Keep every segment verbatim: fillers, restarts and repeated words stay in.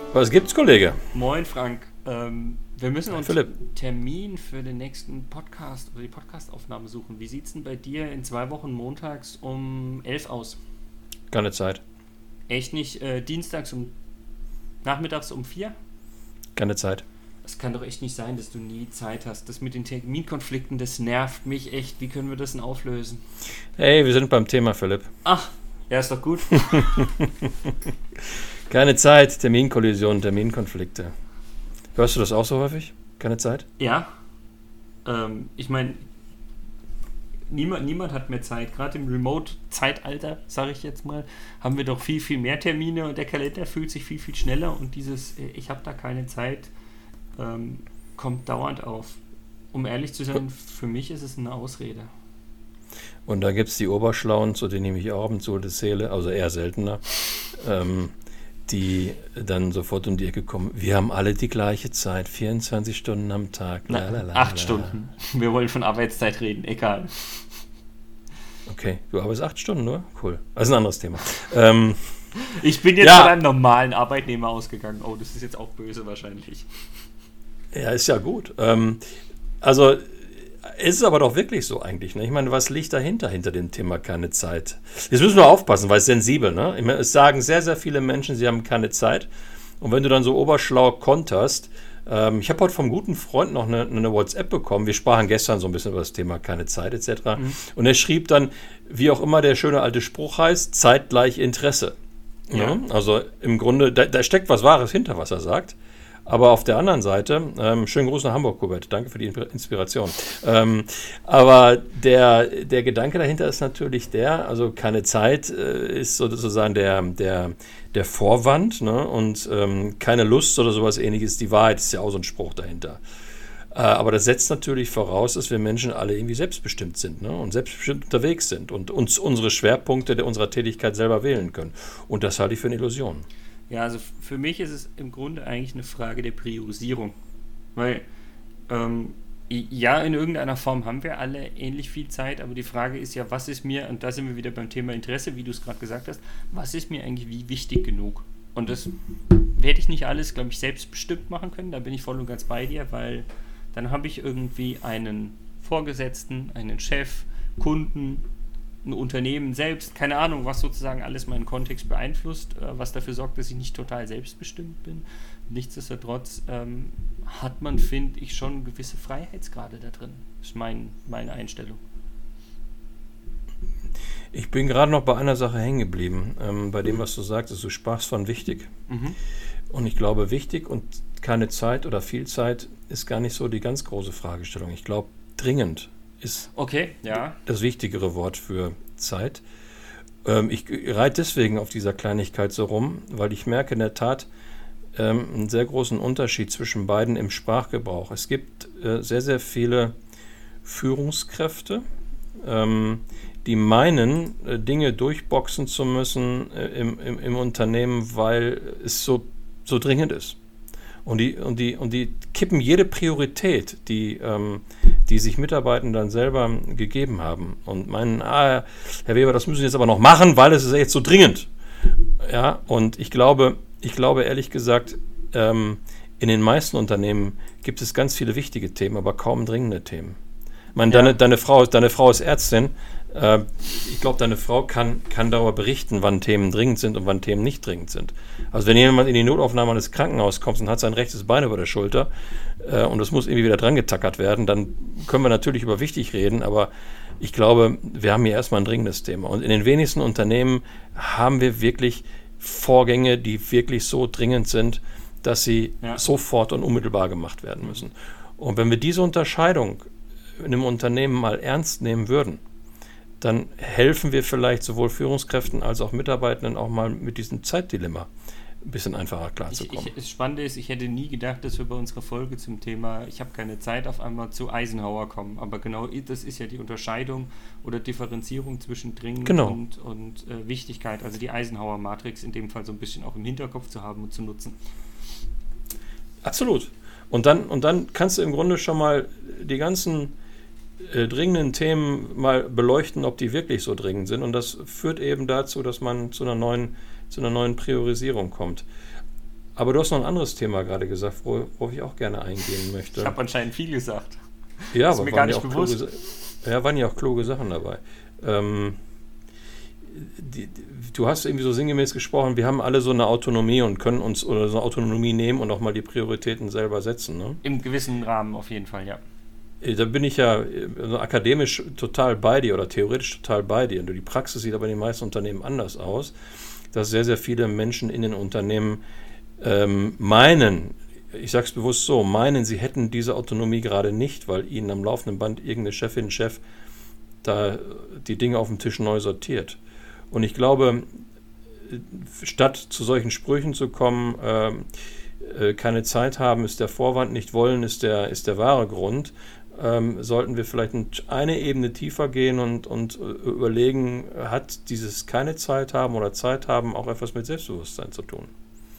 Was gibt's, Kollege? Moin, Frank. Ähm, wir müssen uns Philipp. einen Termin für den nächsten Podcast oder die Podcastaufnahme suchen. Wie sieht's denn bei dir in zwei Wochen montags um elf aus? Keine Zeit. Echt nicht äh, dienstags um nachmittags um vier? Keine Zeit. Das kann doch echt nicht sein, dass du nie Zeit hast. Das mit den Terminkonflikten, das nervt mich echt. Wie können wir das denn auflösen? Hey, wir sind beim Thema, Philipp. Ach, ja, ist doch gut. Keine Zeit, Terminkollisionen, Terminkonflikte. Hörst du das auch so häufig? Keine Zeit? Ja. Ähm, ich meine, niemand, niemand hat mehr Zeit. Gerade im Remote-Zeitalter, sage ich jetzt mal, haben wir doch viel, viel mehr Termine und der Kalender fühlt sich viel, viel schneller und dieses äh, ich habe da keine Zeit ähm, kommt dauernd auf. Um ehrlich zu sein, für mich ist es eine Ausrede. Und da gibt es die Oberschlauen, zu denen ich mich auch ab und zu zähle, also eher seltener, ähm, die dann sofort um die Ecke kommen. Wir haben alle die gleiche Zeit, vierundzwanzig Stunden am Tag. Na, Lalalala. acht Stunden. Wir wollen von Arbeitszeit reden, egal. Okay, du arbeitest acht Stunden nur? Cool. Also ein anderes Thema. Ähm, ich bin jetzt ja. von einem normalen Arbeitnehmer ausgegangen. Oh, das ist jetzt auch böse wahrscheinlich. Ja, ist ja gut. Ähm, also ist es aber doch wirklich so eigentlich. Ne? Ich meine, was liegt dahinter, hinter dem Thema keine Zeit? Jetzt müssen wir aufpassen, weil es sensibel, ne? Ich meine, es sagen sehr, sehr viele Menschen, sie haben keine Zeit. Und wenn du dann so oberschlau konterst, ähm, ich habe heute vom guten Freund noch eine, eine WhatsApp bekommen, wir sprachen gestern so ein bisschen über das Thema keine Zeit et cetera. Mhm. Und er schrieb dann, wie auch immer der schöne alte Spruch heißt, Zeit gleich Interesse. Ja. Ja? Also im Grunde, da, da steckt was Wahres hinter, was er sagt. Aber auf der anderen Seite, ähm, schönen Gruß nach Hamburg, Hubert, danke für die Inspiration. Ähm, aber der, der Gedanke dahinter ist natürlich der, also keine Zeit äh, ist sozusagen der, der, der Vorwand, ne? Und ähm, keine Lust oder sowas ähnliches, die Wahrheit ist ja auch so ein Spruch dahinter. Äh, aber das setzt natürlich voraus, dass wir Menschen alle irgendwie selbstbestimmt sind, ne? Und selbstbestimmt unterwegs sind und uns unsere Schwerpunkte der unserer Tätigkeit selber wählen können. Und das halte ich für eine Illusion. Ja, also für mich ist es im Grunde eigentlich eine Frage der Priorisierung. Weil, ähm, ja, in irgendeiner Form haben wir alle ähnlich viel Zeit, aber die Frage ist ja, was ist mir, und da sind wir wieder beim Thema Interesse, wie du es gerade gesagt hast, was ist mir eigentlich wie wichtig genug? Und das werde ich nicht alles, glaube ich, selbstbestimmt machen können, da bin ich voll und ganz bei dir, weil dann habe ich irgendwie einen Vorgesetzten, einen Chef, Kunden, ein Unternehmen selbst, keine Ahnung, was sozusagen alles meinen Kontext beeinflusst, äh, was dafür sorgt, dass ich nicht total selbstbestimmt bin. Nichtsdestotrotz ähm, hat man, finde ich, schon gewisse Freiheitsgrade da drin. Das ist mein, meine Einstellung. Ich bin gerade noch bei einer Sache hängen geblieben, ähm, bei dem, was du sagtest. Du sprachst von wichtig. Mhm. Und ich glaube, wichtig und keine Zeit oder viel Zeit ist gar nicht so die ganz große Fragestellung. Ich glaube, dringend ist okay, ja. das wichtigere Wort für Zeit. Ähm, ich reite deswegen auf dieser Kleinigkeit so rum, weil ich merke in der Tat ähm, einen sehr großen Unterschied zwischen beiden im Sprachgebrauch. Es gibt äh, sehr, sehr viele Führungskräfte, ähm, die meinen, äh, Dinge durchboxen zu müssen äh, im, im, im Unternehmen, weil es so, so dringend ist. Und die, und, die, und die kippen jede Priorität, die, ähm, die sich Mitarbeitenden dann selber gegeben haben und meinen, ah, Herr Weber, das müssen Sie jetzt aber noch machen, weil es ist ja jetzt so dringend. Ja, und ich glaube, ich glaube ehrlich gesagt, ähm, in den meisten Unternehmen gibt es ganz viele wichtige Themen, aber kaum dringende Themen. Ich meine, ja. deine, deine, Frau, deine Frau ist Ärztin. Äh, ich glaube, deine Frau kann, kann darüber berichten, wann Themen dringend sind und wann Themen nicht dringend sind. Also wenn jemand in die Notaufnahme eines Krankenhauses kommt und hat sein rechtes Bein über der Schulter äh, und das muss irgendwie wieder dran getackert werden, dann können wir natürlich über wichtig reden, aber ich glaube, wir haben hier erstmal ein dringendes Thema. Und in den wenigsten Unternehmen haben wir wirklich Vorgänge, die wirklich so dringend sind, dass sie ja. sofort und unmittelbar gemacht werden müssen. Und wenn wir diese Unterscheidung in einem Unternehmen mal ernst nehmen würden, dann helfen wir vielleicht sowohl Führungskräften als auch Mitarbeitenden auch mal mit diesem Zeitdilemma ein bisschen einfacher klarzukommen. Ich, ich, das Spannende ist, ich hätte nie gedacht, dass wir bei unserer Folge zum Thema ich habe keine Zeit auf einmal zu Eisenhower kommen. Aber genau das ist ja die Unterscheidung oder Differenzierung zwischen Dringend genau. und, und äh, Wichtigkeit. Also die Eisenhower-Matrix in dem Fall so ein bisschen auch im Hinterkopf zu haben und zu nutzen. Absolut. Und dann, und dann kannst du im Grunde schon mal die ganzen äh, dringenden Themen mal beleuchten, ob die wirklich so dringend sind. Und das führt eben dazu, dass man zu einer neuen, zu einer neuen Priorisierung kommt. Aber du hast noch ein anderes Thema gerade gesagt, wo, worauf ich auch gerne eingehen möchte. Ich habe anscheinend viel gesagt. Ja, das ist aber mir waren gar nicht ja auch bewusst. kluge, ja, waren ja auch kluge Sachen dabei. Ähm, die, die, du hast irgendwie so sinngemäß gesprochen, wir haben alle so eine Autonomie und können uns oder so eine Autonomie nehmen und auch mal die Prioritäten selber setzen. Ne? Im gewissen Rahmen auf jeden Fall, ja. Da bin ich ja also akademisch total bei dir oder theoretisch total bei dir. Die Praxis sieht aber in den meisten Unternehmen anders aus, dass sehr, sehr viele Menschen in den Unternehmen ähm, meinen, ich sage es bewusst so, meinen, sie hätten diese Autonomie gerade nicht, weil ihnen am laufenden Band irgendeine Chefin, Chef da die Dinge auf dem Tisch neu sortiert. Und ich glaube, statt zu solchen Sprüchen zu kommen, äh, äh, keine Zeit haben ist der Vorwand, nicht wollen ist der, ist der wahre Grund, ähm, sollten wir vielleicht eine Ebene tiefer gehen und, und überlegen, hat dieses keine Zeit haben oder Zeit haben auch etwas mit Selbstbewusstsein zu tun?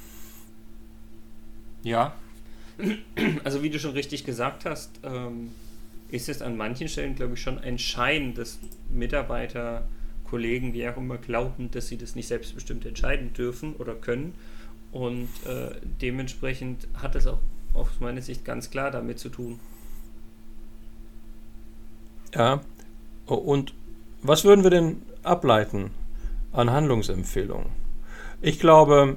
Ja, also wie du schon richtig gesagt hast, ähm, ist es an manchen Stellen, glaube ich, schon ein Schein, dass Mitarbeiter, Kollegen, wie auch immer, glauben, dass sie das nicht selbstbestimmt entscheiden dürfen oder können. Und äh, dementsprechend hat es auch aus meiner Sicht ganz klar damit zu tun. Ja, und was würden wir denn ableiten an Handlungsempfehlungen? Ich glaube,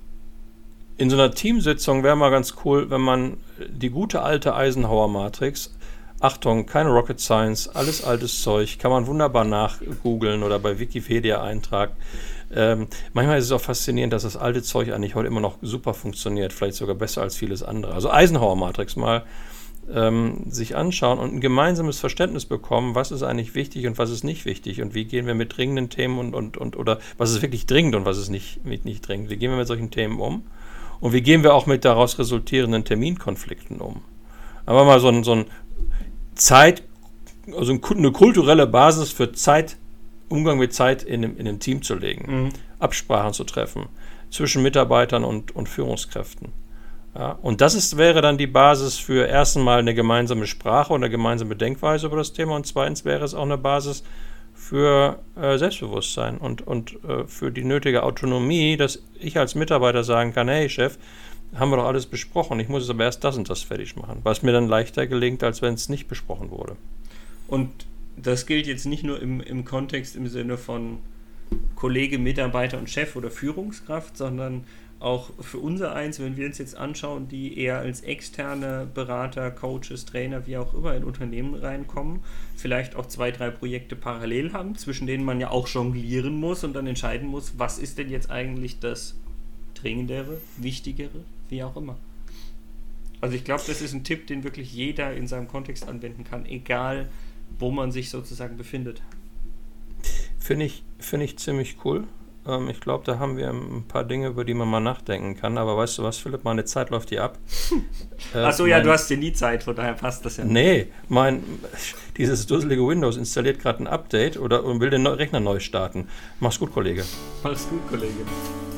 in so einer Teamsitzung wäre mal ganz cool, wenn man die gute alte Eisenhower-Matrix, Achtung, keine Rocket Science, alles altes Zeug, kann man wunderbar nachgoogeln oder bei Wikipedia eintragen. Ähm, manchmal ist es auch faszinierend, dass das alte Zeug eigentlich heute immer noch super funktioniert, vielleicht sogar besser als vieles andere. Also Eisenhower-Matrix mal ähm, sich anschauen und ein gemeinsames Verständnis bekommen, was ist eigentlich wichtig und was ist nicht wichtig und wie gehen wir mit dringenden Themen und, und, und oder was ist wirklich dringend und was ist nicht, nicht dringend. Wie gehen wir mit solchen Themen um? Und wie gehen wir auch mit daraus resultierenden Terminkonflikten um? Aber mal so ein, so ein Zeit, also eine kulturelle Basis für Zeit, Umgang mit Zeit in einem, in einem Team zu legen, mhm. Absprachen zu treffen zwischen Mitarbeitern und, und Führungskräften. Ja, und das ist, wäre dann die Basis für erstens mal eine gemeinsame Sprache und eine gemeinsame Denkweise über das Thema und zweitens wäre es auch eine Basis für äh, Selbstbewusstsein und, und äh, für die nötige Autonomie, dass ich als Mitarbeiter sagen kann, hey Chef, haben wir doch alles besprochen, ich muss jetzt aber erst das und das fertig machen, was mir dann leichter gelingt, als wenn es nicht besprochen wurde. Und das gilt jetzt nicht nur im, im Kontext im Sinne von Kollege, Mitarbeiter und Chef oder Führungskraft, sondern auch für unser eins, wenn wir uns jetzt anschauen, die eher als externe Berater, Coaches, Trainer, wie auch immer in Unternehmen reinkommen, vielleicht auch zwei, drei Projekte parallel haben, zwischen denen man ja auch jonglieren muss und dann entscheiden muss, was ist denn jetzt eigentlich das Dringendere, Wichtigere, wie auch immer. Also ich glaube, das ist ein Tipp, den wirklich jeder in seinem Kontext anwenden kann, egal wo man sich sozusagen befindet. Finde ich, finde ich ziemlich cool. Ähm, ich glaube, da haben wir ein paar Dinge, über die man mal nachdenken kann. Aber weißt du was, Philipp, meine Zeit läuft hier ab. äh, Achso, ja, du hast ja nie Zeit, von daher passt das ja nicht. Nee, mein, dieses dusselige Windows installiert gerade ein Update oder und will den Rechner neu starten. Mach's gut, Kollege. Mach's gut, Kollege.